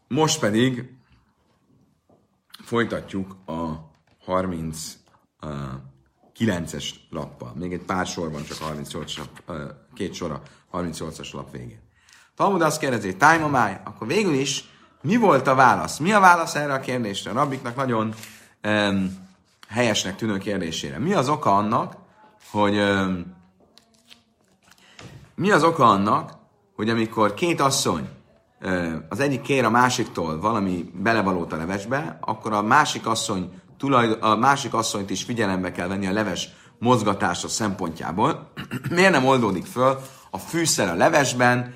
Most pedig folytatjuk a 39-es lappal. Még egy pár sor van, csak 38, két sor a 38-as lap végén. Talmud azt kérdezi, tájmamáj, akkor végül is mi volt a válasz? Mi a válasz erre a kérdésre? A rabbiknak nagyon helyesnek tűnő kérdésére. Mi az oka annak, hogy amikor két asszony az egyik kér a másiktól valami belevalót a levesbe, akkor a másik asszonyt is figyelembe kell venni a leves mozgatása szempontjából. Miért nem oldódik föl a fűszer a levesben,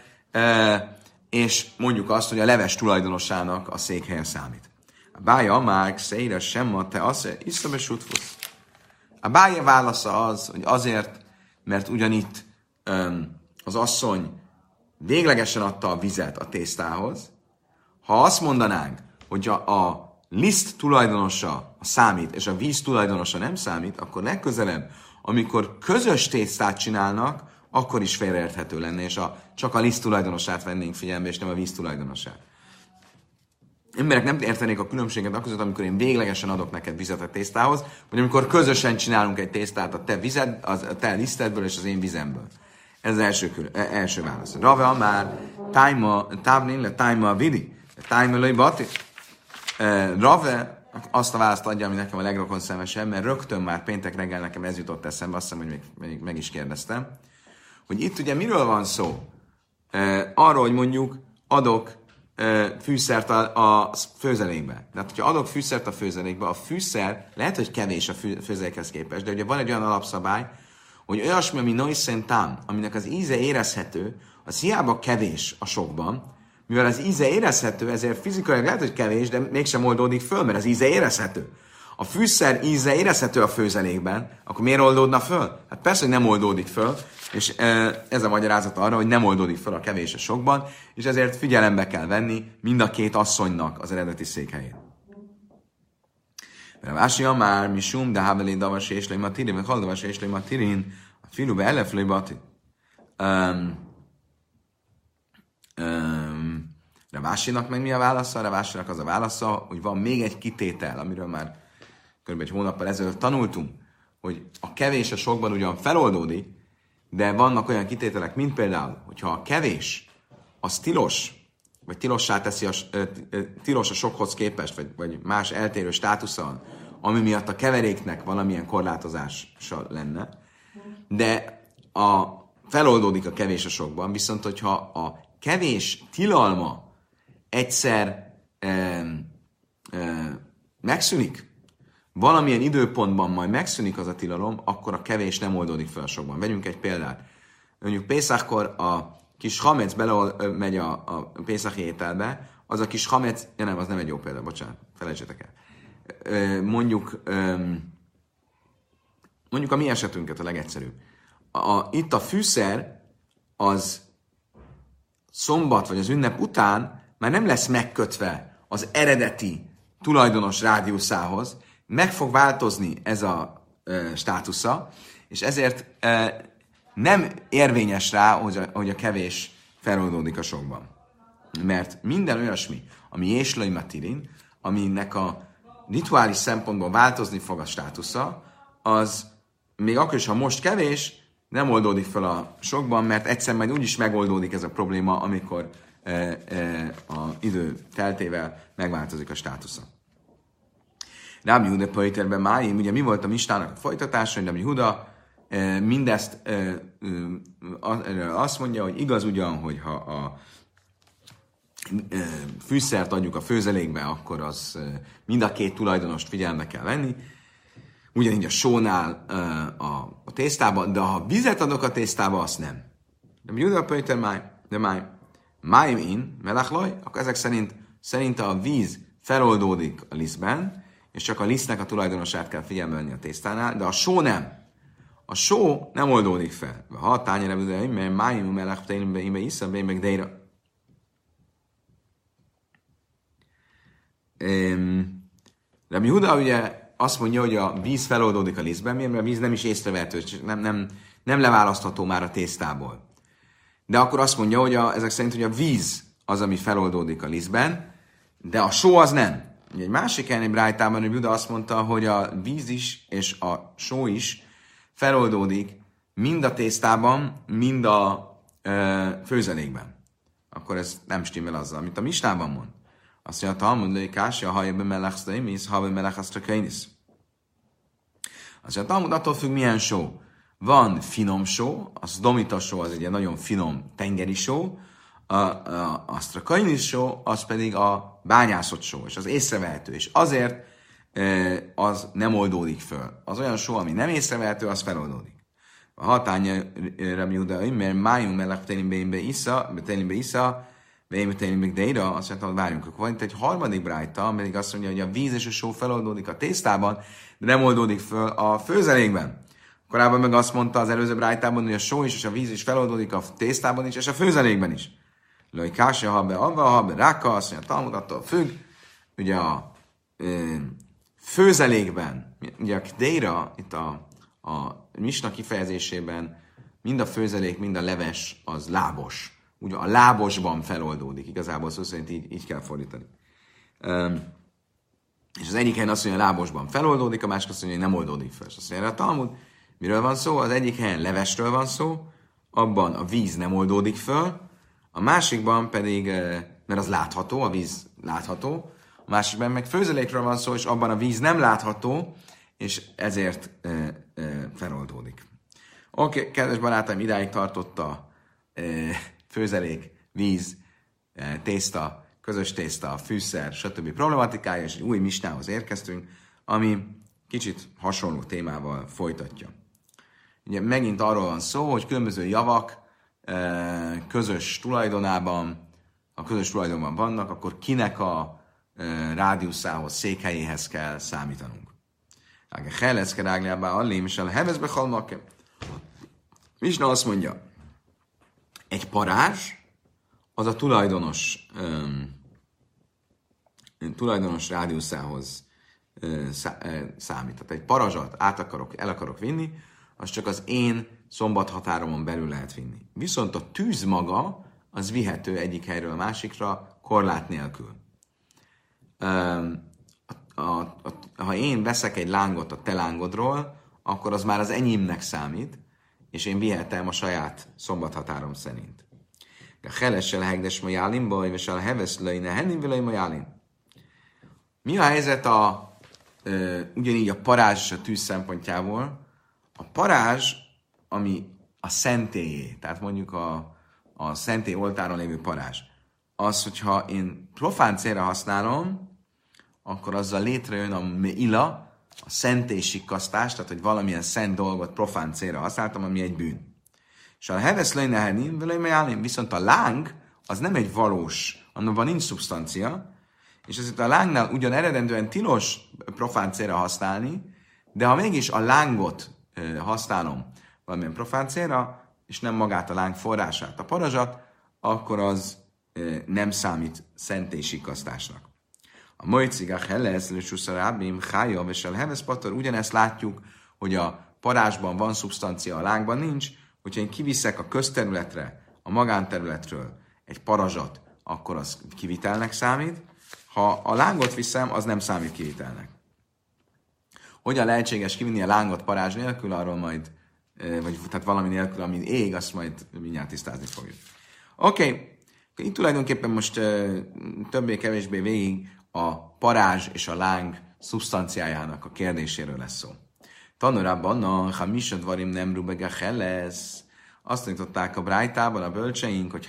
és mondjuk azt, hogy a leves tulajdonosának a székhelye számít. A bája már széire sem, te azt iszom és utfusz. A bája válasza az, hogy azért, mert ugyanitt az asszony véglegesen adta a vizet a tésztához. Ha azt mondanánk, hogy a liszt tulajdonosa számít, és a víz tulajdonosa nem számít, akkor legközelebb, amikor közös tésztát csinálnak, akkor is félreérthető lenne, és csak a liszt tulajdonosát vennénk figyelembe, és nem a víz tulajdonosát. Emberek nem értenék a különbséget akközött, amikor én véglegesen adok neked vizet a tésztához, vagy amikor közösen csinálunk egy tésztát a te lisztedből és az én vizemből. Ez az első válasz. Rave már tájma vidi, tájma löj bati. Rave azt a választ adja, ami nekem a legrokonszenvesebb, mert rögtön már péntek reggel nekem ez jutott eszembe, azt hiszem, hogy még meg is kérdeztem, hogy itt ugye miről van szó? Arról, hogy mondjuk adok fűszert a főzelékbe. De hogyha adok fűszert a főzelékbe, a fűszer lehet, hogy kevés a főzelékhez képest, de ugye van egy olyan alapszabály, hogy olyasmi, ami noiszentám, aminek az íze érezhető, az hiába kevés a sokban, mivel az íze érezhető, ezért fizikailag lehet, hogy kevés, de mégsem oldódik föl, mert az íze érezhető. A fűszer íze érezhető a főzelékben, akkor miért oldódna föl? Hát persze, hogy nem oldódik föl, és ez a magyarázat arra, hogy nem oldódik föl a kevés a sokban, és ezért figyelembe kell venni mind a két asszonynak az eredeti székhelyét. Mert a vásia már misum, de hábelé davas és lej matirin, vagy haldavas és lej matirin, a filube eleflői bati. Ravásinak meg mi a válasza? Ravásinak az a válasza, hogy van még egy kitétel, amiről már kb. Egy hónappal ezelőtt tanultunk, hogy a kevés a sokban ugyan feloldódik, de vannak olyan kitételek, mint például, hogyha a kevés az tilos, vagy tilossá teszi tilos a sokhoz képest, vagy más eltérő státusza, ami miatt a keveréknek valamilyen korlátozása lenne, de feloldódik a kevés a sokban, viszont hogyha a kevés tilalma egyszer megszűnik, valamilyen időpontban majd megszűnik az a tilalom, akkor a kevés nem oldódik fel a sokban. Vegyünk egy példát. Mondjuk Pészákkor a kis hamec megy a Pészaki ételbe, az a kis hamec, nem, az nem egy jó példa, bocsánat, felejtsétek el. Mondjuk a mi esetünket a legegyszerűbb. Itt a fűszer az szombat vagy az ünnep után már nem lesz megkötve az eredeti tulajdonos rádiuszához, meg fog változni ez a státusza, és ezért nem érvényes rá, hogy a kevés feloldódik a sokban. Mert minden olyasmi, ami jéslai matirin, aminek a rituális szempontból változni fog a státusza, az még akkor is, ha most kevés, nem oldódik fel a sokban, mert egyszer majd úgyis megoldódik ez a probléma, amikor a idő teltével megváltozik a státusza. Rabbi Huda Pöjterben máim, ugye mi volt a mistának a folytatása, hogy Rabbi Huda mindezt azt mondja, hogy igaz ugyan, hogy ha a fűszert adjuk a főzelékbe, akkor az mind a két tulajdonost figyelembe kell venni, ugyanígy a sónál a tésztában, de ha vizet adok a tésztába, azt nem. Rabbi Huda Pöjter máim in, melachlaj, akkor ezek szerint a víz feloldódik a lisztben, és csak a lisztnek a tulajdonosát kell figyelembe venni a tésztánál, de a só nem. A só nem oldódik fel. Ha a tányere büdői, mert máim melech tényleg be iszem, meg deira. Rabbi Huda ugye azt mondja, hogy a víz feloldódik a lisztben, mert a víz nem is észrevehető, nem leválasztható már a tésztából. De akkor azt mondja, hogy ezek szerint, hogy a víz az, ami feloldódik a lisztben, De a só az nem. Ugye egy másik helyen Brájtában, hogy Buda azt mondta, hogy a víz is és a só is feloldódik mind a tésztában, mind a főzelékben. Akkor ez nem stimmel azzal, amit a Misnában mond. Azt mondja, a Talmud lőkási, a hajjában melechsztaimis, ha melechasztrakainis. Azt mondja, a Talmud attól függ, milyen só. Van finom só, az domita só, az egy ilyen nagyon finom tengeri só, a sztrakainis só, az pedig a bányászott só, és az észrevehető, és azért az nem oldódik föl. Az olyan só, ami nem észrevehető, az feloldódik. A hatánya Rabbi Yehuda, mert májunk mellett télimbe isza, télimbe deira, azt mondta, hogy várjunk, akkor van itt egy harmadik brájta, amelyik azt mondja, hogy a víz és a só feloldódik a tésztában, de nem oldódik föl a főzelékben. Korábban meg azt mondta az előző brájtában, hogy a só is és a víz is feloldódik a tésztában is, és a főzelékben is. Lőj kási, ha be ráka, azt mondja, Talmud attól függ, ugye a főzelékben, ugye a kdeira, itt a misna kifejezésében mind a főzelék, mind a leves az lábos. Ugye a lábosban feloldódik, igazából szó szerint így kell fordítani. És az egyik helyen azt mondja, hogy a lábosban feloldódik, a másik azt mondja, hogy nem oldódik fel. És azt mondja, a Talmud, miről van szó? Az egyik helyen levesről van szó, abban a víz nem oldódik föl, a másikban pedig, mert az látható, a víz látható, a másikban meg főzelékről van szó, és abban a víz nem látható, és ezért feloldódik. Oké, kedves barátaim, idáig tartott a főzelék, víz, tészta, közös tészta, fűszer, stb. Problematikája, és egy új misnához érkeztünk, ami kicsit hasonló témával folytatja. Ugye megint arról van szó, hogy különböző javak közös tulajdonában, ha közös tulajdonban vannak, akkor kinek a rádiuszához, székhelyéhez kell számítanunk. Heleszke ráglábá allém, és a heveszbe halnak. Misna azt mondja, egy parázs, az a tulajdonos rádiuszához számít. Tehát egy parazsat el akarok vinni, az csak az én szombathatáromon belül lehet vinni. Viszont a tűz maga, az vihető egyik helyről a másikra korlát nélkül. Ha én veszek egy lángot a te lángodról, akkor az már az enyémnek számít, és én vihetem a saját szombathatárom szerint. A helessel hegdes majálimba, és a heves löjne hennim vele majálin. Mi a helyzet ugyanígy a parázs és a tűz szempontjából? A parázs, ami a szentélyé, tehát mondjuk a szentély oltáron lévő parázs, az, hogyha én profán célra használom, akkor azzal létrejön a meila, a szentélysikkasztás, tehát hogy valamilyen szent dolgot profán célra használtam, ami egy bűn. És a heves lejnehenim, viszont a láng, az nem egy valós, annyiban nincs szubstancia, és ezért a lángnál ugyan eredendően tilos profán célra használni, de ha mégis a lángot használom valamilyen profán célra, és nem magát a láng forrását, a parazsat, akkor az nem számít szentélysikkasztásnak. A mojcigach helesz, lősúszarábim, hájav és elheves pator, ugyanezt látjuk, hogy a parázsban van szubstancia, a lángban nincs, hogyha én kiviszek a közterületre, a magánterületről egy parazsat, akkor az kivitelnek számít, ha a lángot viszem, az nem számít kivitelnek. Hogyan lehetséges kivinni a lángot parázs nélkül, arról majd, vagy tehát valami nélkül, ami ég, azt majd mindjárt tisztázni fogjuk. Oké. Itt tulajdonképpen most többé-kevésbé végig a parázs és a láng szubstanciájának a kérdéséről lesz szó. Tanulában a hamisad varim nem rubega helesz. Azt tanították a brájtában a bölcseink, hogy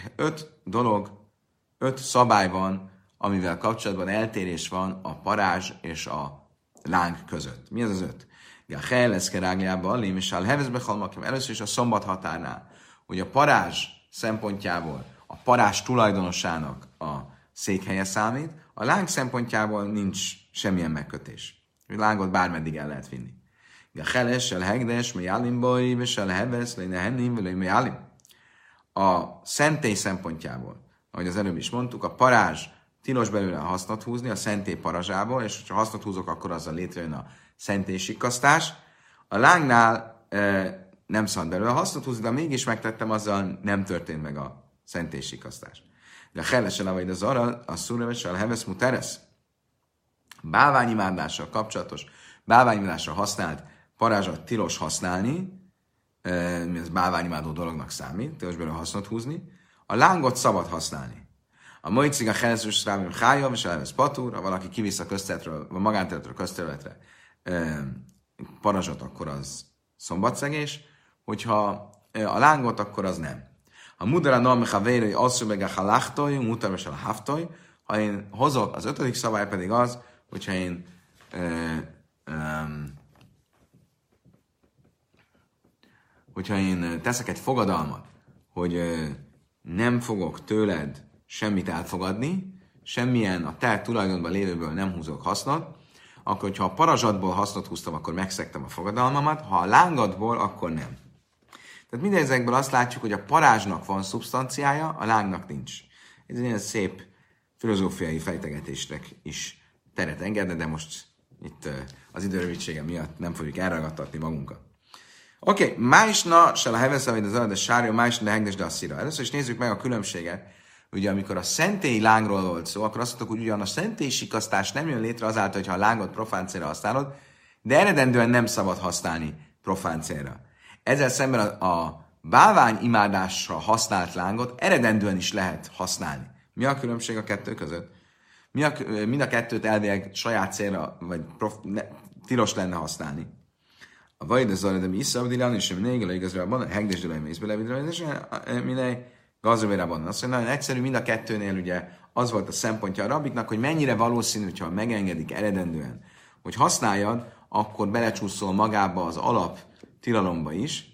5 szabály van, amivel kapcsolatban eltérés van a parázs és a láng között. Mi az az 5? A helesz kerágliában, lém és a heveszbe halmakim. Először is a szombat határnál, hogy a parázs szempontjából a parázs tulajdonosának a székhelye számít, a láng szempontjából nincs semmilyen megkötés. A lángot bármeddig el lehet vinni. A heles, a hegdes, mi jálimbai, és a hevesz, lejne hennim, vagy mi jálim. A szentély szempontjából, ahogy az előbb is mondtuk, a parázs tilos belőle a hasznot húzni a szentély parazsából, és ha hasznot húzok, akkor azzal létrejön a szentélysikkasztás. A lángnál nem szabad belőle a hasznot húzni, de mégis megtettem, azzal nem történt meg a szentélysikkasztás. De helesen avaid az arra, a szúrevessel heves muteres. Bálványimádással kapcsolatos, bálványimádásra használt parázsat tilos használni, ez bálványimádó dolognak számít, tilos belőle hasznot húzni, a lángot szabad használni. A mojcig a heleszős rávim hája, és elvesz patúr, ha valaki kivisz a közterületről, a magánterületről a közterületre parazsot, akkor az szombatszegés, hogyha a lángot, akkor az nem. Ha mudara nam havérői asszubega haláhtoj, mutarvesel a haftoj, ha én hozok, az 5. szabály pedig az, hogyha én teszek egy fogadalmat, hogy nem fogok tőled semmit elfogadni, semmilyen a te tulajdonban lévőből nem húzok hasznot, akkor, hogyha a parazsatból hasznot húztam, akkor megszegtem a fogadalmamat, ha a lángatból, akkor nem. Tehát mindezekből azt látjuk, hogy a parázsnak van szubstanciája, a lángnak nincs. Ez egy ilyen szép filozófiai fejtegetésre is teret engedne, de most itt az időrövidsége miatt nem fogjuk elragadtatni magunkat. Oké, májsna se a heveszavéd az de sárja, májsna de hegdes de asszira. Először is nézzük meg a különbséget. Ugye amikor a szentély lángról volt szó, akkor azt mondtuk, hogy ugyan a szentély sikasztás nem jön létre azáltal, hogyha a lángot profán célra használod, de eredendően nem szabad használni profán célra. Ezzel szemben a bálványimádásra használt lángot eredendően is lehet használni. Mi a különbség a kettő között? Mind a kettőt elvileg saját célra, vagy tilos lenne használni. A vajda zajra, mi iszabdilán, és mindig igazrában, a hegdésdülai mészbelevidra, és minél gazrövérában. Azt mondja, nagyon egyszerű, mind a kettőnél ugye az volt a szempontja a rabiknak, hogy mennyire valószínű, hogyha megengedik eredendően, hogy használjad, akkor belecsúszol magába az alap tilalomba is.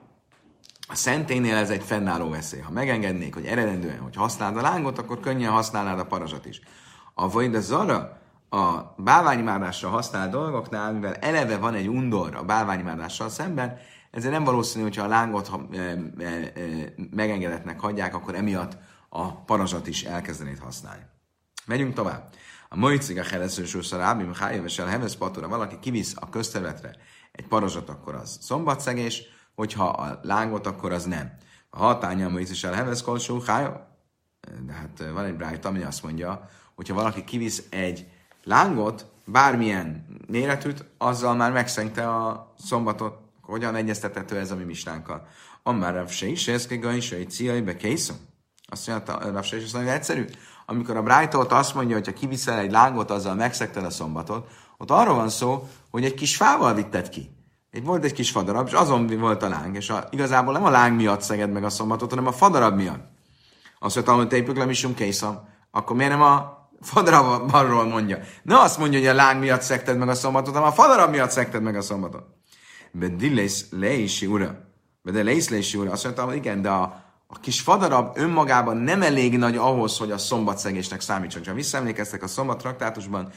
A szentélynél ez egy fennálló veszély. Ha megengednék, hogy eredendően, hogy használd a lángot, akkor könnyen használnád a parazsat is. A vajda zara, a bálványimádásra használt dolgoknál, mivel eleve van egy undor a bálványimádással szemben, ezért nem valószínű, hogyha a lángot megengedetnek hagyják, akkor emiatt a parazsat is elkezdenéd használni. Megyünk tovább. A mojcig a heleszősúszar ábim hájövesel heves patura, valaki kivisz a közterületre egy parazsat, akkor az szombatszegés, hogyha a lángot, akkor az nem. A hatánya a mojcisel heves kolsó hája, de hát van egy brájt, ami azt mondja, hogyha valaki kivisz egy lángot, bármilyen méretűt, azzal már megszegte a szombatot. Hogyan egyeztethető ez a mi misnánkkal? Amár Rav Sheish, eszkegai, sejt, ciai, bekészom. Azt mondja, Rav Sheish, azt mondja, egyszerű. Amikor a Brájtót azt mondja, hogy ha kiviszel egy lángot, azzal megszegted a szombatot, ott arról van szó, hogy egy kis fával vitted ki. Volt egy kis fadarab, és azon volt a láng, és igazából nem a láng miatt szeged meg a szombatot, hanem a fadarab miatt. Azt mondta, hogy tépük le misum készam, akkor miért nem a fadarabról mondja? Ne azt mondja, hogy a láng miatt szegted meg a szombatot, hanem a fadarab miatt szegted meg a szombatot. Bedilész leisi ura. Azt mondta, hogy igen, de a kis fadarab önmagában nem elég nagy ahhoz, hogy a szombatszegésnek számítson. Ha visszaemlékeztek, a szombat traktátusban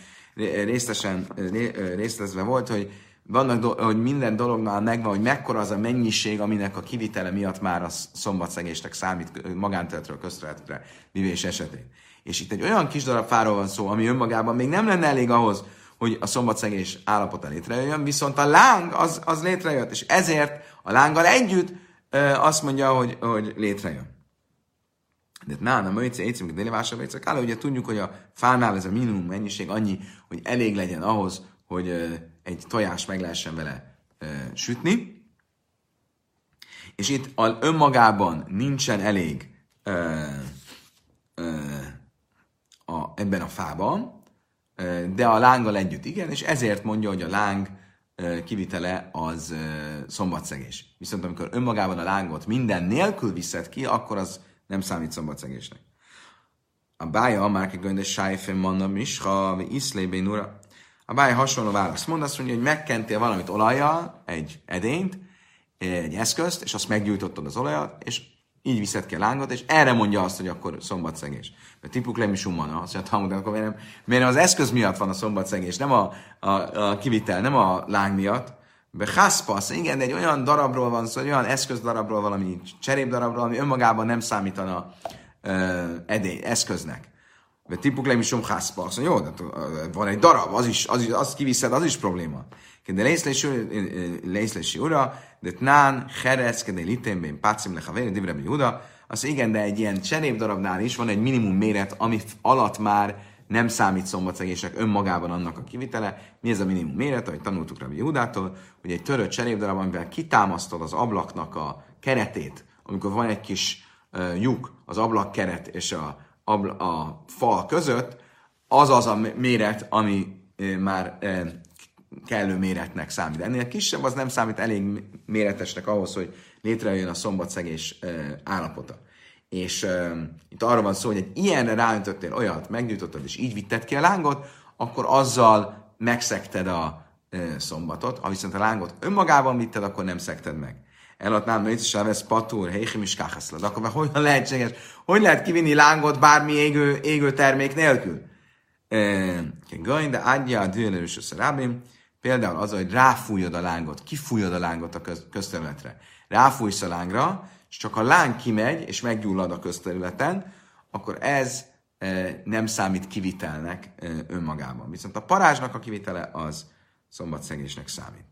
részletezve volt, hogy hogy minden dolognál megvan, hogy mekkora az a mennyiség, aminek a kivitele miatt már a szombatszegésnek számít magánterületről közterületre vivés esetén. És itt egy olyan kis darab fáról van szó, ami önmagában még nem lenne elég ahhoz, hogy a szombatszegés állapota létrejöjjön, viszont a láng az létrejött, és ezért a lánggal együtt azt mondja, hogy létrejön. De nána möjtse, éjszünk, déli vásárlóicak, ugye tudjuk, hogy a fánál ez a minimum mennyiség annyi, hogy elég legyen ahhoz, hogy egy tojás meg lehessen vele sütni. És itt önmagában nincsen elég ebben a fában, de a lánggal együtt igen, és ezért mondja, hogy a láng kivitele az szombatszegés. Viszont amikor önmagában a lángot minden nélkül viszed ki, akkor az nem számít szombatszegésnek. A bája, már kegönde sájfen manna misha, vagy iszlébén ura. A bája hasonló választ mond, azt mondja, hogy megkentél valamit olajjal, egy edényt, egy eszközt, és azt meggyújtottad az olajat, és így viszed ki a lángot, és erre mondja azt, hogy akkor szombatszegés. Mert tipuk lemisumana, azt mondja, hogy akkor miért az eszköz miatt van a szombatszegés, nem a kivitel, nem a láng miatt. Bechaszpasz, igen, de egy olyan darabról van szó, egy olyan eszközdarabról, valami cserépdarabról, ami önmagában nem számítana eszköznek. De tipuk lemisum haszpasz, jó, de van egy darab, azt kiviszed, az is probléma. De lészlési ura, de tnán, herec, de liténbén, pácim lechavéri, divre Júda, Azt igen, de egy ilyen cserépdarabnál is van egy minimum méret, ami alatt már nem számít szombatszegésnek önmagában annak a kivitele. Mi ez a minimum méret, ahogy tanultuk Rabbi Jehudától, hogy egy törött cserépdarab, amivel kitámasztod az ablaknak a keretét, amikor van egy kis lyuk az ablakkeret és a fal között, az a méret, ami már kellő méretnek számít. Ennél kisebb az nem számít elég méretesnek ahhoz, hogy létrejön a szombatszegés állapota. És itt arról van szó, hogy egy ilyenre ráöntöttél olyat, meggyújtottad és így vitted ki a lángot, akkor azzal megszegted a szombatot. Ha viszont a lángot önmagában vitted, akkor nem szegted meg. Eladnám, hogy is vesz patúr, héjchim is káhaszlad. Akkor hogyan lehetséges? Hogy lehet kivinni lángot bármi égő termék nélkül? De adja a dőlős összerábim, például az, hogy ráfújod a lángot, kifújod a lángot a közterületre. Ráfújsz a lángra, és csak a láng kimegy, és meggyullad a közterületen, akkor ez nem számít kivitelnek önmagában. Viszont a parázsnak a kivitele az szombatszegésnek számít.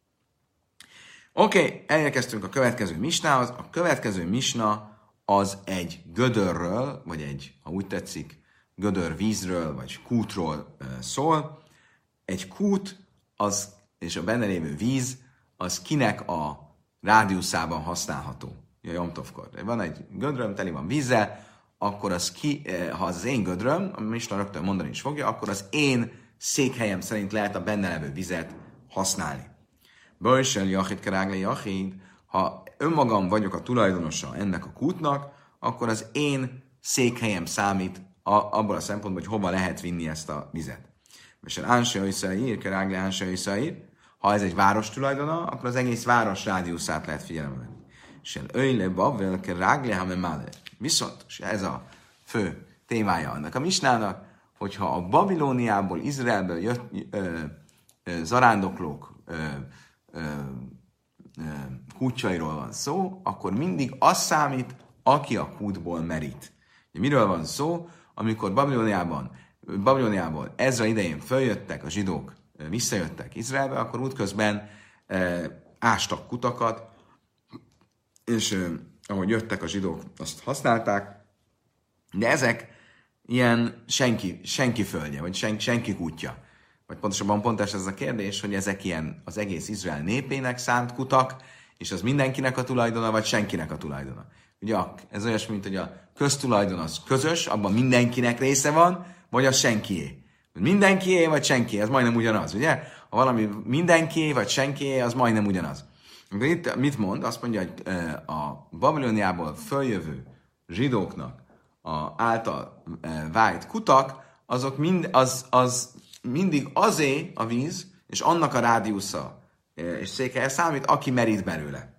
Oké, elérkeztünk a következő misnához. A következő misna az egy gödörről, vagy egy, ha úgy tetszik, gödör vízről, vagy kútról szól. Egy kút az, és a benne lévő víz, az kinek a rádiuszában használható. Jom Tovkor. Van egy gödröm, teli van vízzel, akkor az ha az én gödröm, ami Misna rögtön mondani is fogja, akkor az én székhelyem szerint lehet a benne levő vizet használni. Böjsel jachid kerágle jachid, ha önmagam vagyok a tulajdonosa ennek a kútnak, akkor az én székhelyem számít abból a szempontból, hogy hova lehet vinni ezt a vizet. Böjsel ánse iszraír, kerágle ánse iszraír, ha ez egy város tulajdona, akkor az egész város rádiuszát lehet figyelembe venni. Sel öjle bavel kerágle hamemale. Viszont, és ez a fő témája annak a misnának, hogyha a Babilóniából, Izraelből jött zarándoklók kútjairól van szó, akkor mindig az számít, aki a kútból merít. Miről van szó? Amikor Babilóniából Ezra idején följöttek a zsidók, visszajöttek Izraelbe, akkor útközben ástak kutakat, és ahogy jöttek a zsidók, azt használták, de ezek ilyen senki földje, vagy senki kútja. Vagy pontosabban pontos ez a kérdés, hogy ezek ilyen az egész Izrael népének szánt kutak, és az mindenkinek a tulajdona, vagy senkinek a tulajdona. Ugye ez olyasmi, mint hogy a köztulajdon az közös, abban mindenkinek része van, vagy az senkié. Mindenkié, vagy senkié, az majdnem ugyanaz, ugye? Ha valami mindenkié, vagy senkié, az majdnem ugyanaz. De itt mit mond? Azt mondja, hogy a Babilóniából följövő zsidóknak által vájt kutak, azok mindig azé a víz, és annak a rádiusza és székhelye számít, aki merít belőle.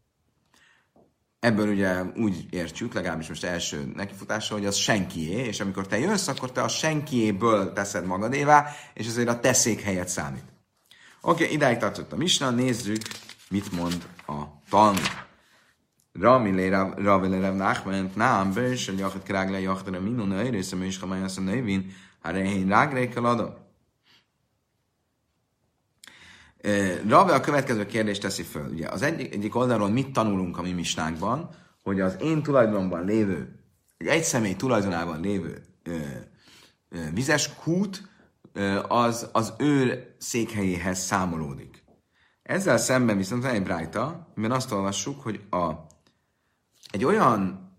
Ebből ugye úgy értjük, legalábbis most első nekifutásra, hogy az senkié, és amikor te jössz, akkor te a senkiéből teszed magadévá, és ezért a te székhelyed számít. Oké, idáig tartott a misna, nézzük, mit mond a Talmud. Ramilé Ravile Rav Nachman, Naam, Böjsel, Jachet Krágle, Jachtere, Minun, Eirésze, Mőska, Majászan, Növin, Harehén, Rágrékel adom. Rave a következő kérdést teszi föl. Ugye az egyik oldalról mit tanulunk a mi misnánkban, hogy az én tulajdonomban lévő, egy személy tulajdonában lévő vizes kút az ő székhelyéhez számolódik. Ezzel szemben viszont van egy brájta, amiben azt olvassuk, hogy egy olyan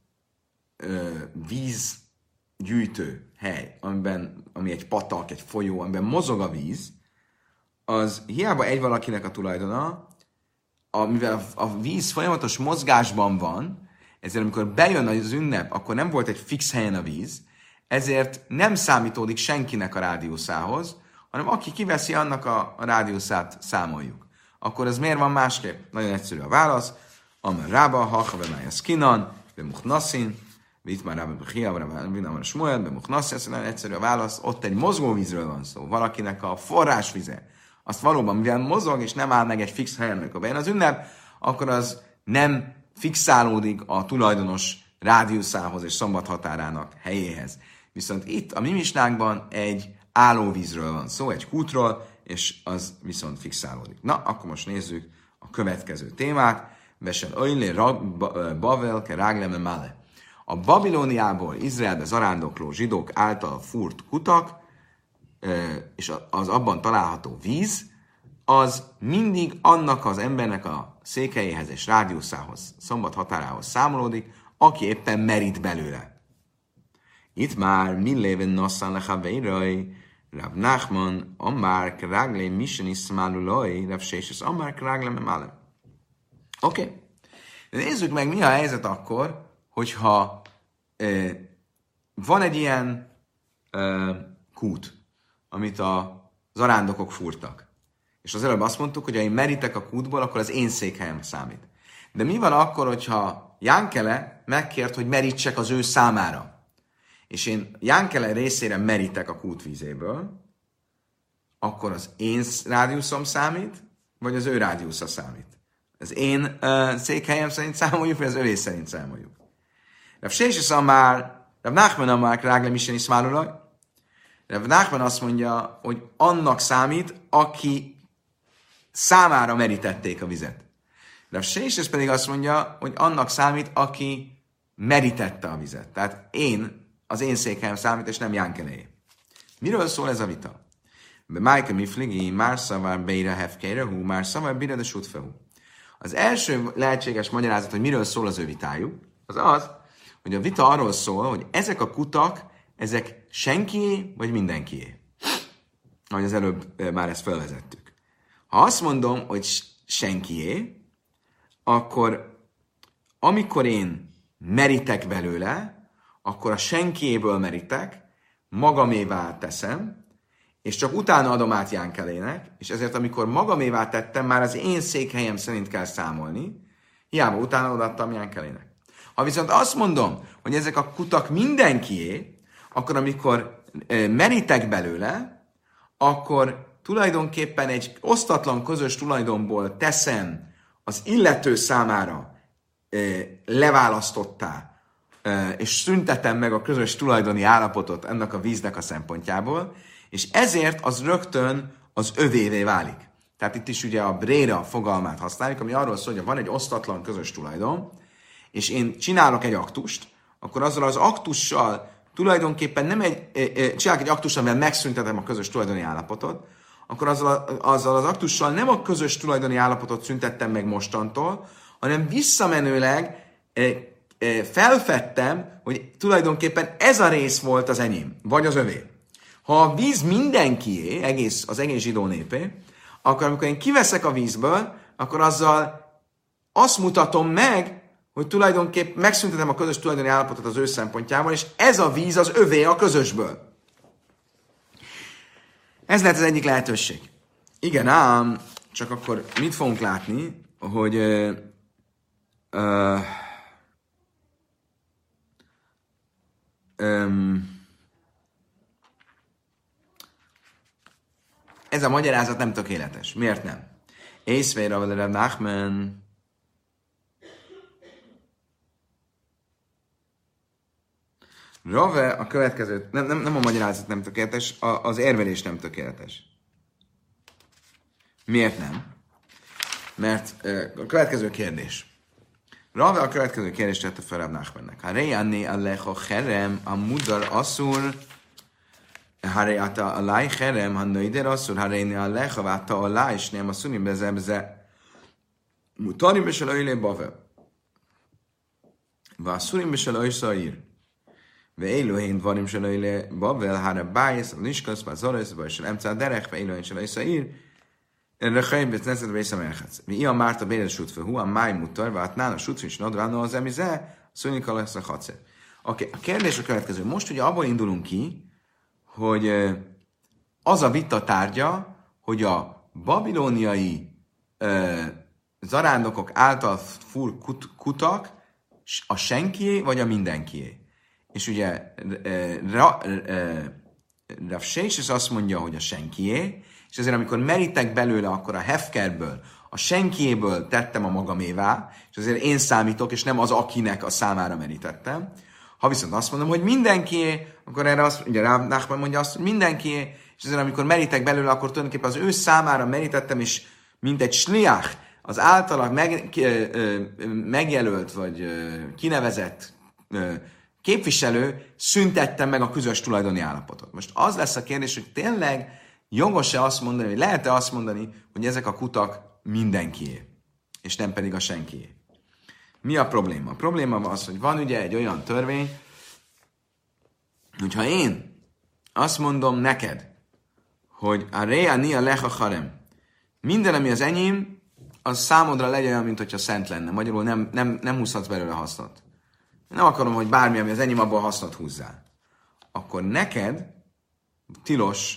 vízgyűjtő hely, ami egy patak, egy folyó, amiben mozog a víz, az hiába egy valakinek a tulajdona, mivel a víz folyamatos mozgásban van, ezért amikor bejön az ünnep, akkor nem volt egy fix helyen a víz, ezért nem számítódik senkinek a rádiuszához, hanem aki kiveszi, annak a rádiuszát számoljuk. Akkor ez miért van másképp? Nagyon egyszerű a válasz. Amar Rába, Hachavemája Szkinan, Bemuchnaszin, Vitmar Rába Bechiavra, Vinamar Smuel, Bemuchnaszin, ez nagyon egyszerű a válasz. Ott egy mozgóvízről van szó, valakinek a forrásvize. Azt valóban, mivel mozog és nem áll meg egy fix helyen, amikor bejön az ünnep, akkor az nem fixálódik a tulajdonos rádiuszához és szombathatárának helyéhez. Viszont itt a mi misnánkban egy állóvízről van szó, egy kútról, és az viszont fixálódik. Na, akkor most nézzük a következő témát. Vesel öjlé bavel ke rágleme male. a Babilóniából Izraelbe zarándokló zsidók által fúrt kutak, és az abban található víz, az mindig annak az embernek a székhelyéhez és rádiuszához, szombat határához számolódik, aki éppen merít belőle. Itt már milléven nasszán lechaveiraj, Rav Nachman, Amár, Kráglé, Misen Iszmálulaj, Rav Séses, Amár, Kráglé, Memálem. Oké. Nézzük meg, mi a helyzet akkor, hogyha van egy ilyen kút, amit a zarándokok fúrtak. És az előbb azt mondtuk, hogy ha én merítek a kútból, akkor az én székhelyem számít. De mi van akkor, hogyha Jánkele megkért, hogy merítsek az ő számára? És én Jánkele részére merítek a kútvízéből, akkor az én rádiuszom számít, vagy az ő rádiusza számít? Az én székhelyem szerint számoljuk, vagy az övé szerint számoljuk? Rav Séses Amár, Rav Nachman Amár, Krágle Misen Iszmálulaj. Rav Nachman azt mondja, hogy annak számít, aki számára merítették a vizet. Rav Séses pedig azt mondja, hogy annak számít, aki merítette a vizet. Tehát az én székhelyem számít, és nem Jánkeleé. Miről szól ez a vita? Májka mifligi, már szavár beire hefkeire, hú, már szavár bire de sutfehú. Az első lehetséges magyarázat, hogy miről szól az ő vitájuk, az az, hogy a vita arról szól, hogy ezek a kutak, ezek senkié, vagy mindenkié. Ahogy az előbb már ezt felvezettük. Ha azt mondom, hogy senkié, akkor amikor én merítek belőle, akkor a senkiéből merítek, magamévá teszem, és csak utána adom át Jánkelének, és ezért amikor magamévá tettem, már az én székhelyem szerint kell számolni, hiába utána odaadtam Jánkelének. Ha viszont azt mondom, hogy ezek a kutak mindenkié, akkor amikor merítek belőle, akkor tulajdonképpen egy osztatlan közös tulajdonból teszem az illető számára leválasztottá, és szüntetem meg a közös tulajdoni állapotot ennek a víznek a szempontjából, és ezért az rögtön az övévé válik. Tehát itt is ugye a bréra fogalmát használjuk, ami arról szól, hogy van egy osztatlan közös tulajdon, és én csinálok egy aktust, akkor azzal az aktussal tulajdonképpen csinálok egy aktust, amivel megszüntetem a közös tulajdoni állapotot, akkor azzal az aktussal nem a közös tulajdoni állapotot szüntettem meg mostantól, hanem visszamenőleg felfedtem, hogy tulajdonképpen ez a rész volt az enyém, vagy az övé. Ha a víz mindenkié, az egész zsidó népé, akkor amikor én kiveszek a vízből, akkor azzal azt mutatom meg, hogy tulajdonképpen megszüntetem a közös tulajdoni állapotot az ő szempontjával, és ez a víz az övé a közösből. Ez lehet az egyik lehetőség. Igen, ám, csak akkor mit fogunk látni, hogy ez a magyarázat nem tökéletes. Miért nem? Észvér, ahol Rav Nachman Rave a következő, nem a magyarázat nem tökéletes, az érvelés nem tökéletes. Miért nem? Mert a következő kérdés. Rave a következő kérdést tette fel Rav Nachmannek. Harei anni alecho cherem a mudar asszur, harei ata alai cherem, ha nöjder asszur, harei ne alecha váta alai, és nem asszuni beze. Mutarim besel öjlé bave. Vászurim besel öjszaír. ואלוהים דברים שלא ילה בבל, הר הבייס, נשקוס, בזורס, ובשל אמצע הדרך, ואלוהים שלא יסעיר, רחיים בצנסת ובייס המרחץ. ואי אמרת בין השותפה, הוא המים מותר, והתנן השותפין שנודרנו az emize, szólni lesz a hadszer. Oké, a kérdés a következő. Most ugye abból indulunk ki, hogy az a vita tárgya, hogy a babilóniai zarándokok által fúr kutak a senkié, vagy a mindenkié. És ugye Rav Séses azt mondja, hogy a senkié, és ezért amikor merítek belőle, akkor a hefkerből, a senkiéből tettem a magamévá, és azért én számítok, és nem az akinek a számára merítettem. Ha viszont azt mondom, hogy mindenkié, akkor erre azt, ugye Rav Nachman mondja azt, hogy mindenkié, és ezért amikor merítek belőle, akkor tulajdonképpen az ő számára merítettem, és mint egy sliach, az általak megjelölt, vagy kinevezett képviselő szüntette meg a közös tulajdoni állapotot. Most az lesz a kérdés, hogy tényleg jogos-e azt mondani, vagy lehet-e azt mondani, hogy ezek a kutak mindenkié, és nem pedig a senkié. Mi a probléma? A probléma az, hogy van ugye egy olyan törvény, hogyha én azt mondom neked, hogy a rea nia lecha harem, minden, ami az enyém, az számodra legyen olyan, mint hogyha szent lenne. Magyarul nem húzhatsz belőle hasznot. Nem akarom, hogy bármi, ami az enyém, abból hasznot húzzál. Akkor neked tilos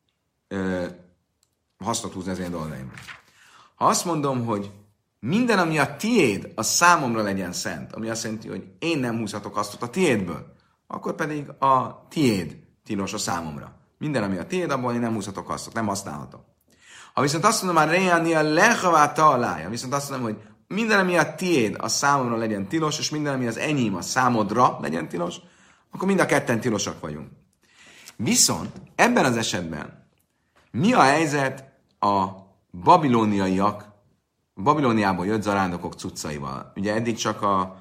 hasznot húzni az én dolgaimra. Ha azt mondom, hogy minden, ami a tiéd, az számomra legyen szent, ami azt jelenti, hogy én nem húzhatok hasznot a tiédből, akkor pedig a tiéd tilos a számomra. Minden, ami a tiéd, abból én nem húzhatok hasznot, nem használhatok. Ha viszont azt mondom, már Réania lechaváta alája, viszont azt mondom, hogy minden, ami a tiéd, a számomra legyen tilos, és minden, ami az enyém, a számodra legyen tilos, akkor mind a ketten tilosak vagyunk. Viszont ebben az esetben mi a helyzet a Babilóniából jött zarándokok cuccaival? Ugye eddig csak a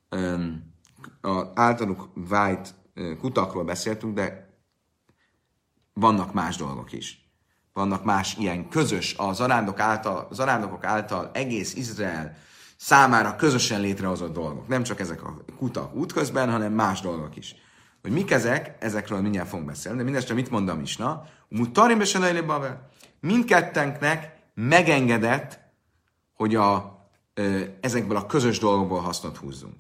általuk vájt kutakról beszéltünk, de vannak más dolgok is. Vannak más ilyen közös, a zarándokok által egész Izrael számára közösen létrehozott dolgok. Nem csak ezek a kutak útközben, hanem más dolgok is. Hogy mik ezek, ezekről mindjárt fogunk beszélni, de mindesetre mit mond a Misna? Mutarim beselejlé bavel. Mindkettőnknek megengedett, hogy ezekből a közös dolgokból hasznot húzzunk.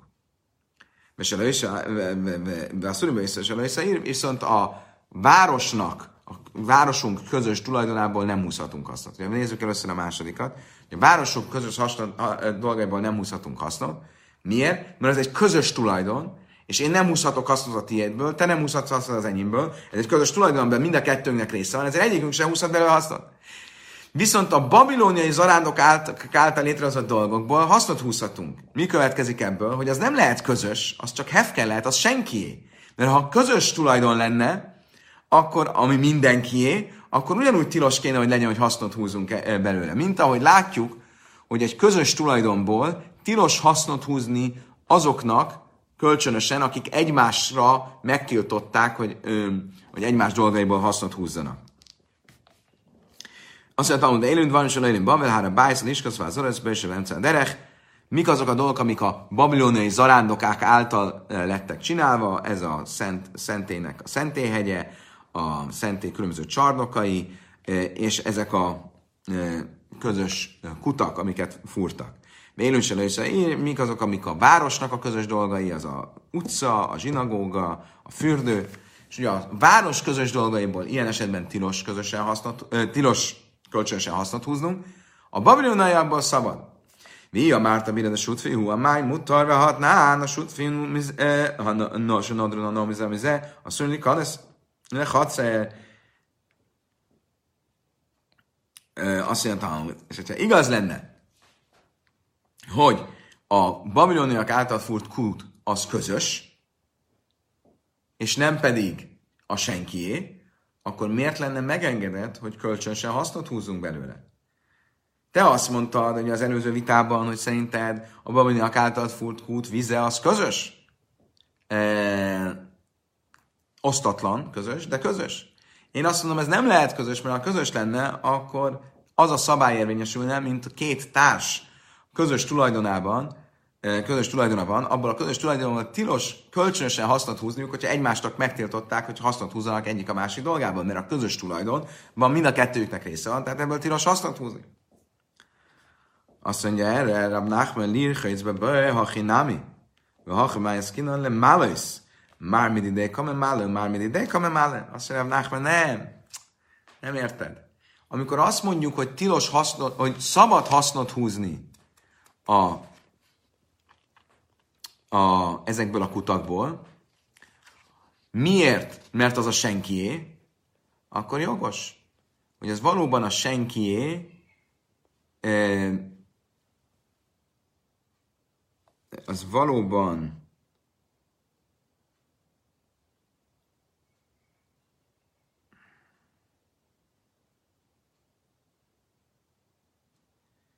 Viszont a városunk közös tulajdonából nem húzhatunk hasznot. Nézzük először a másodikat. A városunk közös dolgaiból nem húzhatunk hasznot. Miért? Mert ez egy közös tulajdon, és én nem húzhatok hasznot a tiédből, te nem húzhatsz hasznot az enyémből. Ez egy közös tulajdonban mind a kettőnknek része van, ezért egyikünk sem húzhat belőle hasznot. Viszont a babilóniai zarándok által létrehozott dolgokból hasznot húzhatunk. Mi következik ebből? Hogy az nem lehet közös, az csak hefke lehet, az senkié. Mert ha közös tulajdon lenne, akkor, ami mindenkié, akkor ugyanúgy tilos kéne, hogy legyen, hogy hasznot húzunk belőle. Mint ahogy látjuk, hogy egy közös tulajdonból tilos hasznot húzni azoknak kölcsönösen, akik egymásra megtiltották, hogy egymás dolgaiból hasznot húzzanak. Azt mondta, hogy élünk van, és élünk Babelhára, Bájszal, Iskaszvá, Zoreszbe, és a Derech. Mik azok a dolgok, amik a babilóniai zarándokák által lettek csinálva? Ez a szentélynek a szentélyhegye, a szentély különböző csarnokai, és ezek a közös kutak, amiket fúrtak. Mik azok, amik a városnak a közös dolgai, az a utca, a zsinagóga, a fürdő, és ugye a város közös dolgaiból ilyen esetben tilos kölcsönösen hasznot húznunk, a babilóniaiakból szabad. Via Márta bírod a sutfiú, a máj mutarva hatnán, a sutfiú, ha nadruna nomize, a szülni kanesz, azt mondta, és hogyha igaz lenne, hogy a babiloniak által fúrt kút az közös, és nem pedig a senkié, akkor miért lenne megengedett, hogy kölcsönösen hasznot húzzunk belőle? Te azt mondtad hogy az előző vitában, hogy szerinted a babiloniak által fúrt kút vize az közös? Osztatlan közös, de közös. Én azt mondom, ez nem lehet közös, mert ha közös lenne, akkor az a szabály érvényesülne, mint a két társ közös tulajdona van, abban a közös tulajdonban tilos kölcsönösen hasznot húzniuk, hogyha egymástak megtiltották, hogy hasznot húzzanak egyik a másik dolgában, mert a közös tulajdonban mind a kettőjüknek része van, tehát ebből tilos hasznot húzni. Azt mondja erre, Rab Nachman lirchejcbe bője, ha chinami, ha chimájsz kinan le malajsz, már mit ide kame mále, már mit ide kame mále. Azt mondja Rab Nachman, nem érted. Amikor azt mondjuk, hogy tilos hasznot, hogy szabad hasznot húzni ezekből a kutakból, miért? Mert az a senkié, akkor jogos, hogy ez valóban a senkié, az valóban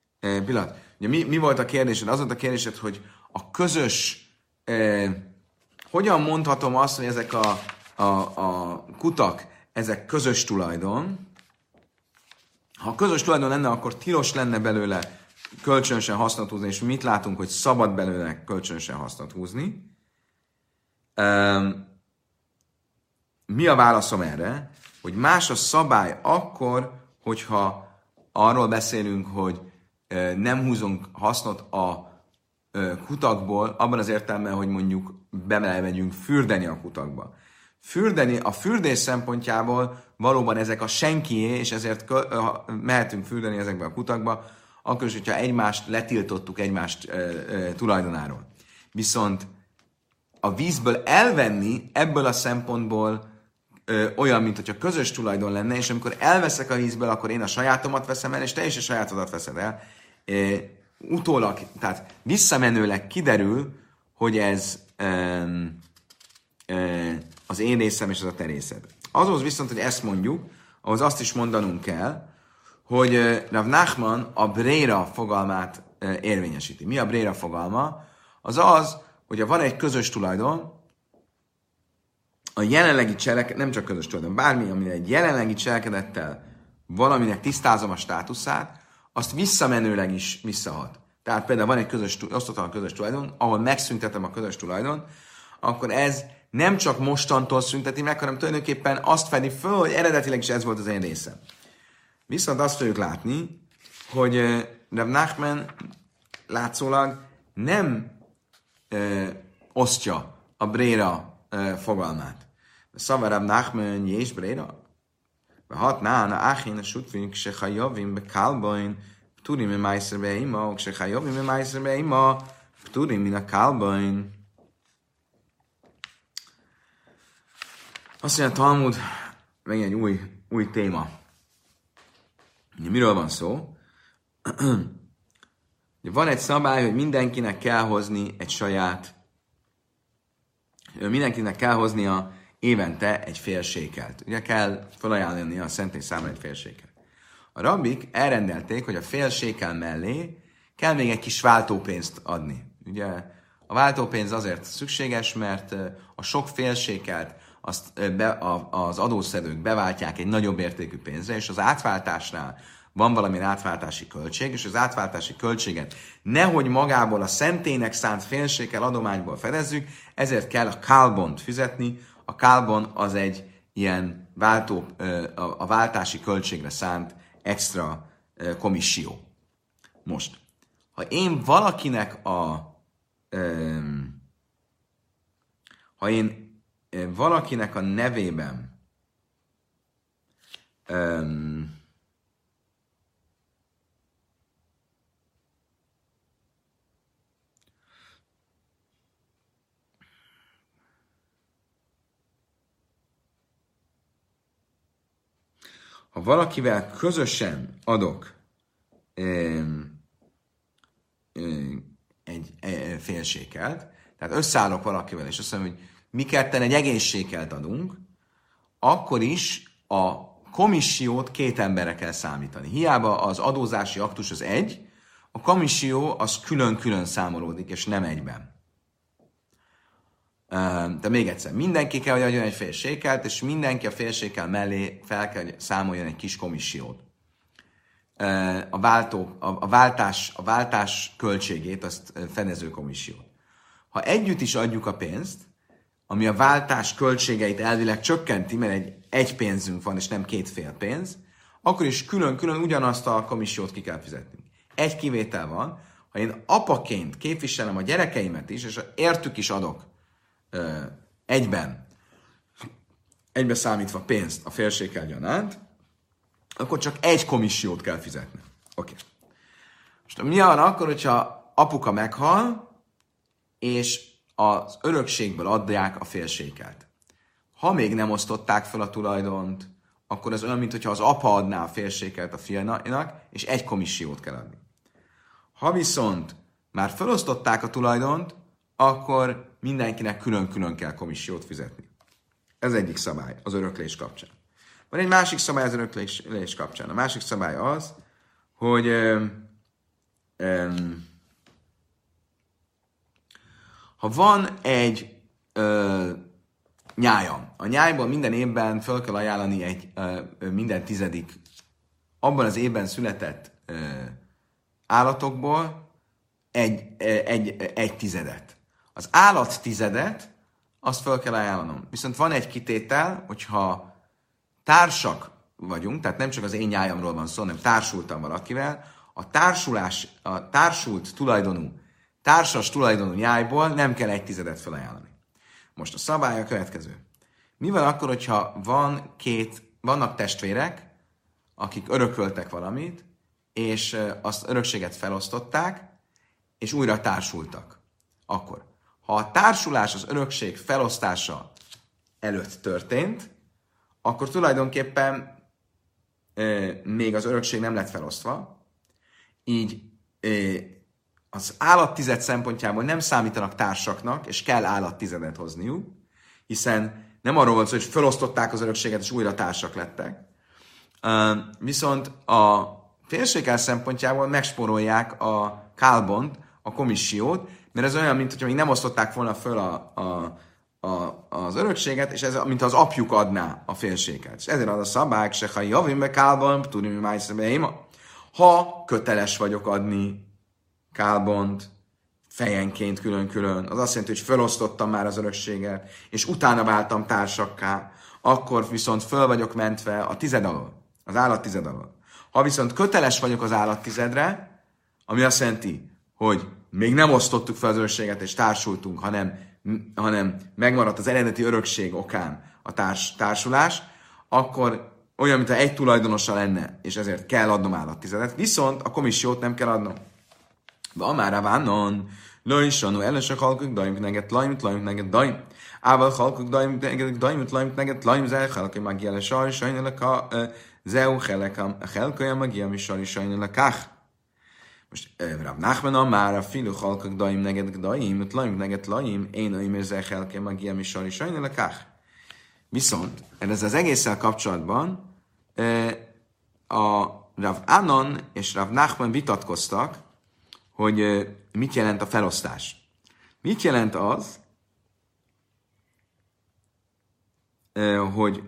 pillanat. Ugye mi volt a kérdésed? Az volt a kérdésed, hogy a közös hogyan mondhatom azt, hogy ezek a kutak, ezek közös tulajdon? Ha közös tulajdon lenne, akkor tilos lenne belőle kölcsönösen hasznot húzni, és mit látunk, hogy szabad belőle kölcsönösen hasznot húzni. Mi a válaszom erre? Hogy más a szabály akkor, hogyha arról beszélünk, hogy nem húzunk hasznot a kutakból, abban az értelemben, hogy mondjuk bemegyünk fürdeni a kutakba. A fürdés szempontjából valóban ezek a senkié, és ezért mehetünk fürdeni ezekbe a kutakba, akkor is, hogyha egymást letiltottuk egymást tulajdonáról. Viszont a vízből elvenni ebből a szempontból olyan, mint hogyha közös tulajdon lenne, és amikor elveszek a vízből, akkor én a sajátomat veszem el, és te is a sajátodat veszed el. Utólag, tehát visszamenőleg kiderül, hogy ez az én részem és az a te részed. Azhoz viszont, hogy ezt mondjuk, ahhoz azt is mondanunk kell, hogy Rav Nachman a bréra fogalmát érvényesíti. Mi a bréra fogalma? Az az, hogyha van egy közös tulajdon, a jelenlegi cselekedet, nem csak közös tulajdon, bármi, ami egy jelenlegi cselekedettel valaminek tisztázom a státuszát, azt visszamenőleg is visszahat. Tehát például van egy osztottan közös tulajdon, ahol megszüntetem a közös tulajdon, akkor ez nem csak mostantól szünteti meg, hanem tulajdonképpen azt fedi föl, hogy eredetileg is ez volt az én részem. Viszont azt fogjuk látni, hogy Rav Nachman látszólag nem osztja a bréra fogalmát. Szavar Rav Nachman és bréra. Hat nána áhén a sutvink se hajavim be kálbain, pturim me májszer be ima, ok se hajavim me májszer be ima, pturim min a kálbain. Azt mondja, Talmud, megint egy új téma. Miről van szó? Van egy szabály, hogy mindenkinek kell hozni egy saját, mindenkinek kell hoznia évente egy fél sékelt. Ugye kell felajánlani a szentély számára egy fél sékelt. A rabbik elrendelték, hogy a fél sékel mellé kell még egy kis váltópénzt adni. Ugye a váltópénz azért szükséges, mert a sok fél sékelt azt az adószedők beváltják egy nagyobb értékű pénzre, és az átváltásnál van valamilyen átváltási költség, és az átváltási költséget nehogy magából a szentélynek szánt félsékel adományból fedezzük, ezért kell a kálbont fizetni. A kálbon az egy ilyen a váltási költségre szánt extra komissió. Most, ha én valakinek a nevében ha valakivel közösen adok egy fél sékelt, tehát összeállok valakivel, és azt mondom, hogy mi ketten egy egész sékelt adunk, akkor is a komissiót két emberre kell számítani. Hiába az adózási aktus az egy, a komissió az külön-külön számolódik, és nem egyben. De még egyszer, mindenki kell, hogy adjon egy fél sékelt, és mindenki a fél sékel mellé fel kell, hogy számoljon egy kis komissiót. A váltás költségét, azt fedező komissiót. Ha együtt is adjuk a pénzt, ami a váltás költségeit elvileg csökkenti, mert egy pénzünk van, és nem két fél pénz, akkor is külön-külön ugyanazt a komissiót ki kell fizetni. Egy kivétel van, ha én apaként képviselem a gyerekeimet is, és értük is adok egybe számítva pénzt a félsékel gyanánt, akkor csak egy komissiót kell fizetni. Oké. Most mi van akkor, hogyha apuka meghal, és az örökségből adják a félsékelt? Ha még nem osztották fel a tulajdont, akkor az olyan, mintha az apa adná a félsékelt a fiának, és egy komissiót kell adni. Ha viszont már felosztották a tulajdont, akkor mindenkinek külön-külön kell komissiót fizetni. Ez egyik szabály az öröklés kapcsán. Van egy másik szabály az öröklés kapcsán. A másik szabály az, hogy ha van egy nyája. A nyájból minden évben fel kell ajánlani minden 10. abban az évben született állatokból egy tizedet. Az állat tizedet azt fel kell ajánlanom. Viszont van egy kitétel, hogyha társak vagyunk, tehát nem csak az én nyájamról van szó, hanem társultam valakivel, a társult tulajdonú, társas tulajdonú nyájból nem kell egy tizedet felajánlani. Most a szabály a következő. Mi van akkor, hogyha vannak testvérek, akik örököltek valamit, és azt örökséget felosztották, és újra társultak? Akkor, ha a társulás az örökség felosztása előtt történt, akkor tulajdonképpen még az örökség nem lett felosztva, így az állattized szempontjából nem számítanak társaknak, és kell állattizedet hozniuk, hiszen nem arról volt szó, hogy felosztották az örökséget, és újra társak lettek. Viszont a félséggel szempontjából megspórolják a kálbont, a komissiót, mert ez olyan, mint hogyha még nem osztották volna föl az örökséget, és ez mint az apjuk adná a félséget. És ezért az a szabály, se ha javim be kálban, tudom, mi májszebe. Ha köteles vagyok adni kálbont fejenként külön-külön, az azt jelenti, hogy felosztottam már az örökséget, és utána váltam társakká, akkor viszont föl vagyok mentve a tized alól, az állattized alól. Ha viszont köteles vagyok az állattizedre, ami azt jelenti, hogy még nem osztottuk fel az örökséget és társultunk, hanem megmaradt az eredeti örökség okán a társulás, akkor olyan, mintha egy tulajdonosa lenne, és ezért kell adnom állattizedet, viszont a komissiót nem kell adnom. De amára vannon, lőjsonú, elősök halkuk, dajmuk neget, lajmut neget, dajm. Ával halkuk, dajmut neget, lajm, zeh, halkuk, magia sari, sajnálaka, zeu, helkaja, magia, mi sari, sajnálakach. Most Rav Nachman már a filu halkuk, dajm neget, dajm, lajmut neget, lajm, én a imérze, helkaja, magia, mi sari, sajnálakach. Viszont ez az egésszel kapcsolatban a Rav Anon és Rav Nachman vitatkoztak, hogy mit jelent a felosztás. Mit jelent az, hogy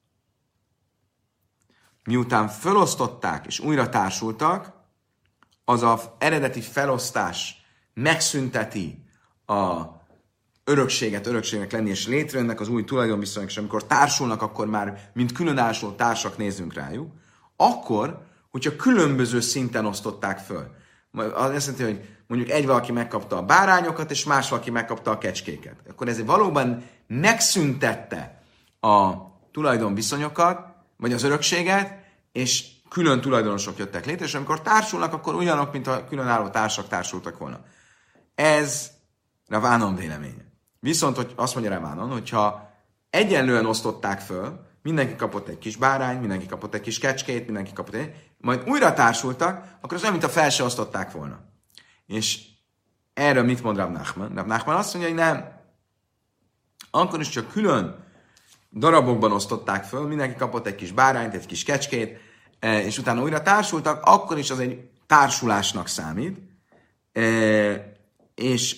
miután felosztották és újra társultak, az az eredeti felosztás megszünteti a örökségnek lenni, és létrejönnek az új tulajdonviszonyok, és amikor társulnak, akkor már mint különálló társak nézzünk rájuk, akkor, hogyha különböző szinten osztották föl. Azt jelenti, hogy mondjuk egy valaki megkapta a bárányokat, és más valaki megkapta a kecskéket. Akkor ez valóban megszüntette a tulajdonviszonyokat, vagy az örökséget, és külön tulajdonosok jöttek létre, és amikor társulnak, akkor ugyanok, mint a különálló társak társultak volna. Ez Rav Anon véleménye. Viszont, hogy azt mondja Rav Anon, hogyha egyenlően osztották föl, mindenki kapott egy kis bárány, mindenki kapott egy kis kecskét, mindenki kapott majd újra társultak, akkor az olyan, mint a fel se osztották volna. És erről mit mond Rav Nachman? Rav Nachman azt mondja, hogy nem. Akkor is csak külön darabokban osztották föl, mindenki kapott egy kis bárányt, egy kis kecskét, és utána újra társultak, akkor is az egy társulásnak számít. És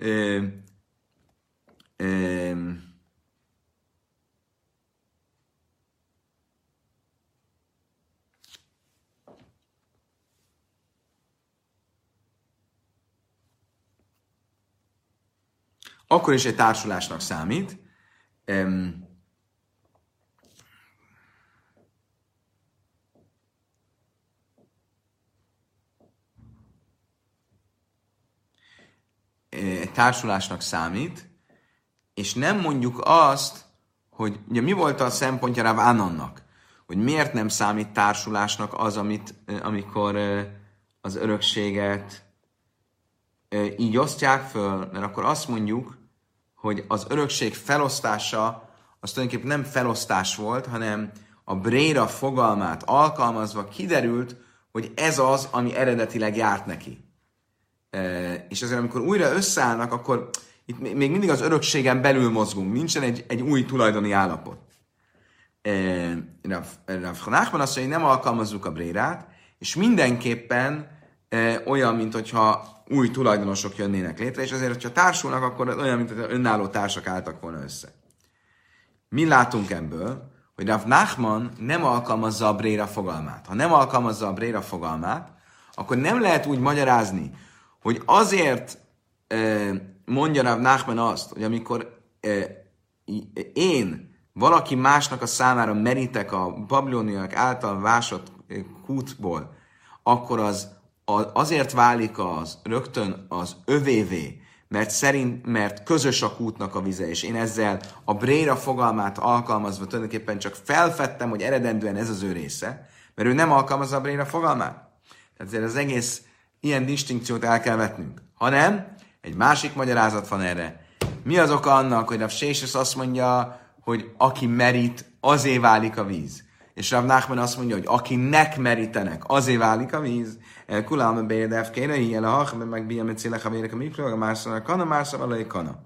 akkor is egy társulásnak számít. Egy társulásnak számít, és nem mondjuk azt, hogy ugye mi volt a szempontja Rav Anonnak, hogy miért nem számít társulásnak az, amikor az örökséget így osztják föl, mert akkor azt mondjuk, hogy az örökség felosztása az tulajdonképpen nem felosztás volt, hanem a bréra fogalmát alkalmazva kiderült, hogy ez az, ami eredetileg járt neki. És ezért, amikor újra összeállnak, akkor itt még mindig az örökségen belül mozgunk, nincsen egy új tulajdoni állapot. Rav Nachman azt mondja, hogy nem alkalmazzuk a brérát, és mindenképpen olyan, mint hogyha új tulajdonosok jönnének létre, és azért, hogyha társulnak, akkor olyan, mint hogyha önálló társak álltak volna össze. Mi látunk ebből, hogy Rav Nachman nem alkalmazza a bréra fogalmát. Ha nem alkalmazza a bréra fogalmát, akkor nem lehet úgy magyarázni, hogy azért mondja Rav Nachman azt, hogy amikor én valaki másnak a számára merítek a babiloniak által vásott kútból, akkor azért válik az rögtön az övévé, mert közös a kútnak a vize, és én ezzel a bréra fogalmát alkalmazva tulajdonképpen csak felfedtem, hogy eredendően ez az ő része, mert ő nem alkalmazza a bréra fogalmát. Tehát ezért az egész ilyen distinkciót el kell vetnünk. Ha nem, egy másik magyarázat van erre. Mi az oka annak, hogy Rav Sheshes azt mondja, hogy aki merít, azé válik a víz. És Rav Nachman azt mondja, hogy akinek merítenek, azé válik a víz. Kulálma bérdef kére, hiel a hach, meg biamet szélek a vérek a mikro, a másszal kana, másszal alai kana.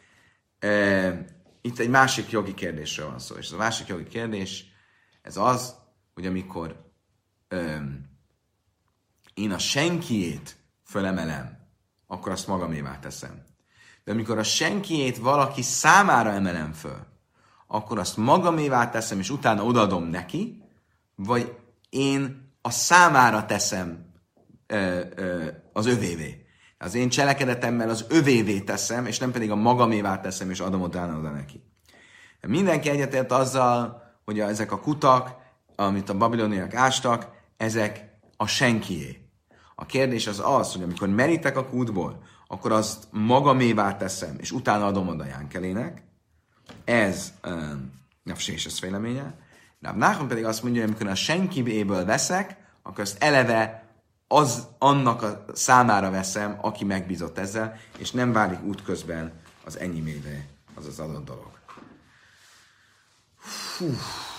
Itt egy másik jogi kérdésről van szó. És ez a másik jogi kérdés, ez az, hogy amikor én a senkiét fölemelem, akkor azt magamévá teszem. De amikor a senkiét valaki számára emelem föl, akkor azt magamévá teszem, és utána odaadom neki, vagy én a számára teszem az övévé. Az én cselekedetemmel az övévé teszem, és nem pedig a magamévá teszem, és adom utána oda neki. Mindenki egyetért azzal, hogy ezek a kutak, amit a babiloniak ástak, ezek a senkié. A kérdés az az, hogy amikor merítek a kútból, akkor azt magamévá teszem, és utána adom oda Jánkelének. Ez Rav Sheshes véleménye. Rav Nachman pedig azt mondja, hogy amikor a senkiből veszek, akkor azt eleve annak a számára veszem, aki megbízott ezzel, és nem válik útközben az enyémévé az az adott dolog. Fú.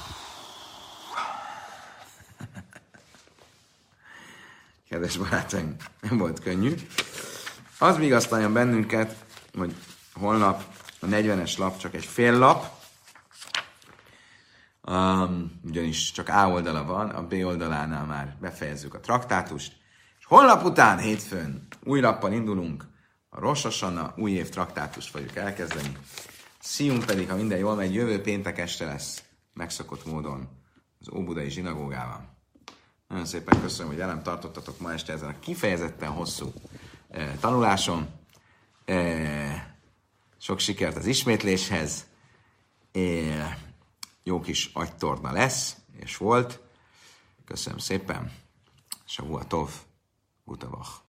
Kedves barátaim, nem volt könnyű. Az vigasztalja bennünket, hogy holnap a 40-es lap csak egy fél lap, ugyanis csak A oldala van, a B oldalánál már befejezzük a traktátust, és holnap után, hétfőn új lappal indulunk, a Rosh Hashanah új év traktátust fogjuk elkezdeni. Szíjunk pedig, ha minden jól megy, jövő péntek este lesz megszokott módon az Óbudai zsinagógában. Nagyon szépen köszönöm, hogy velem tartottatok ma este ezen a kifejezetten hosszú tanuláson. Sok sikert az ismétléshez. Jó kis agytorna lesz, és volt. Köszönöm szépen. Shavua tov, gutavach.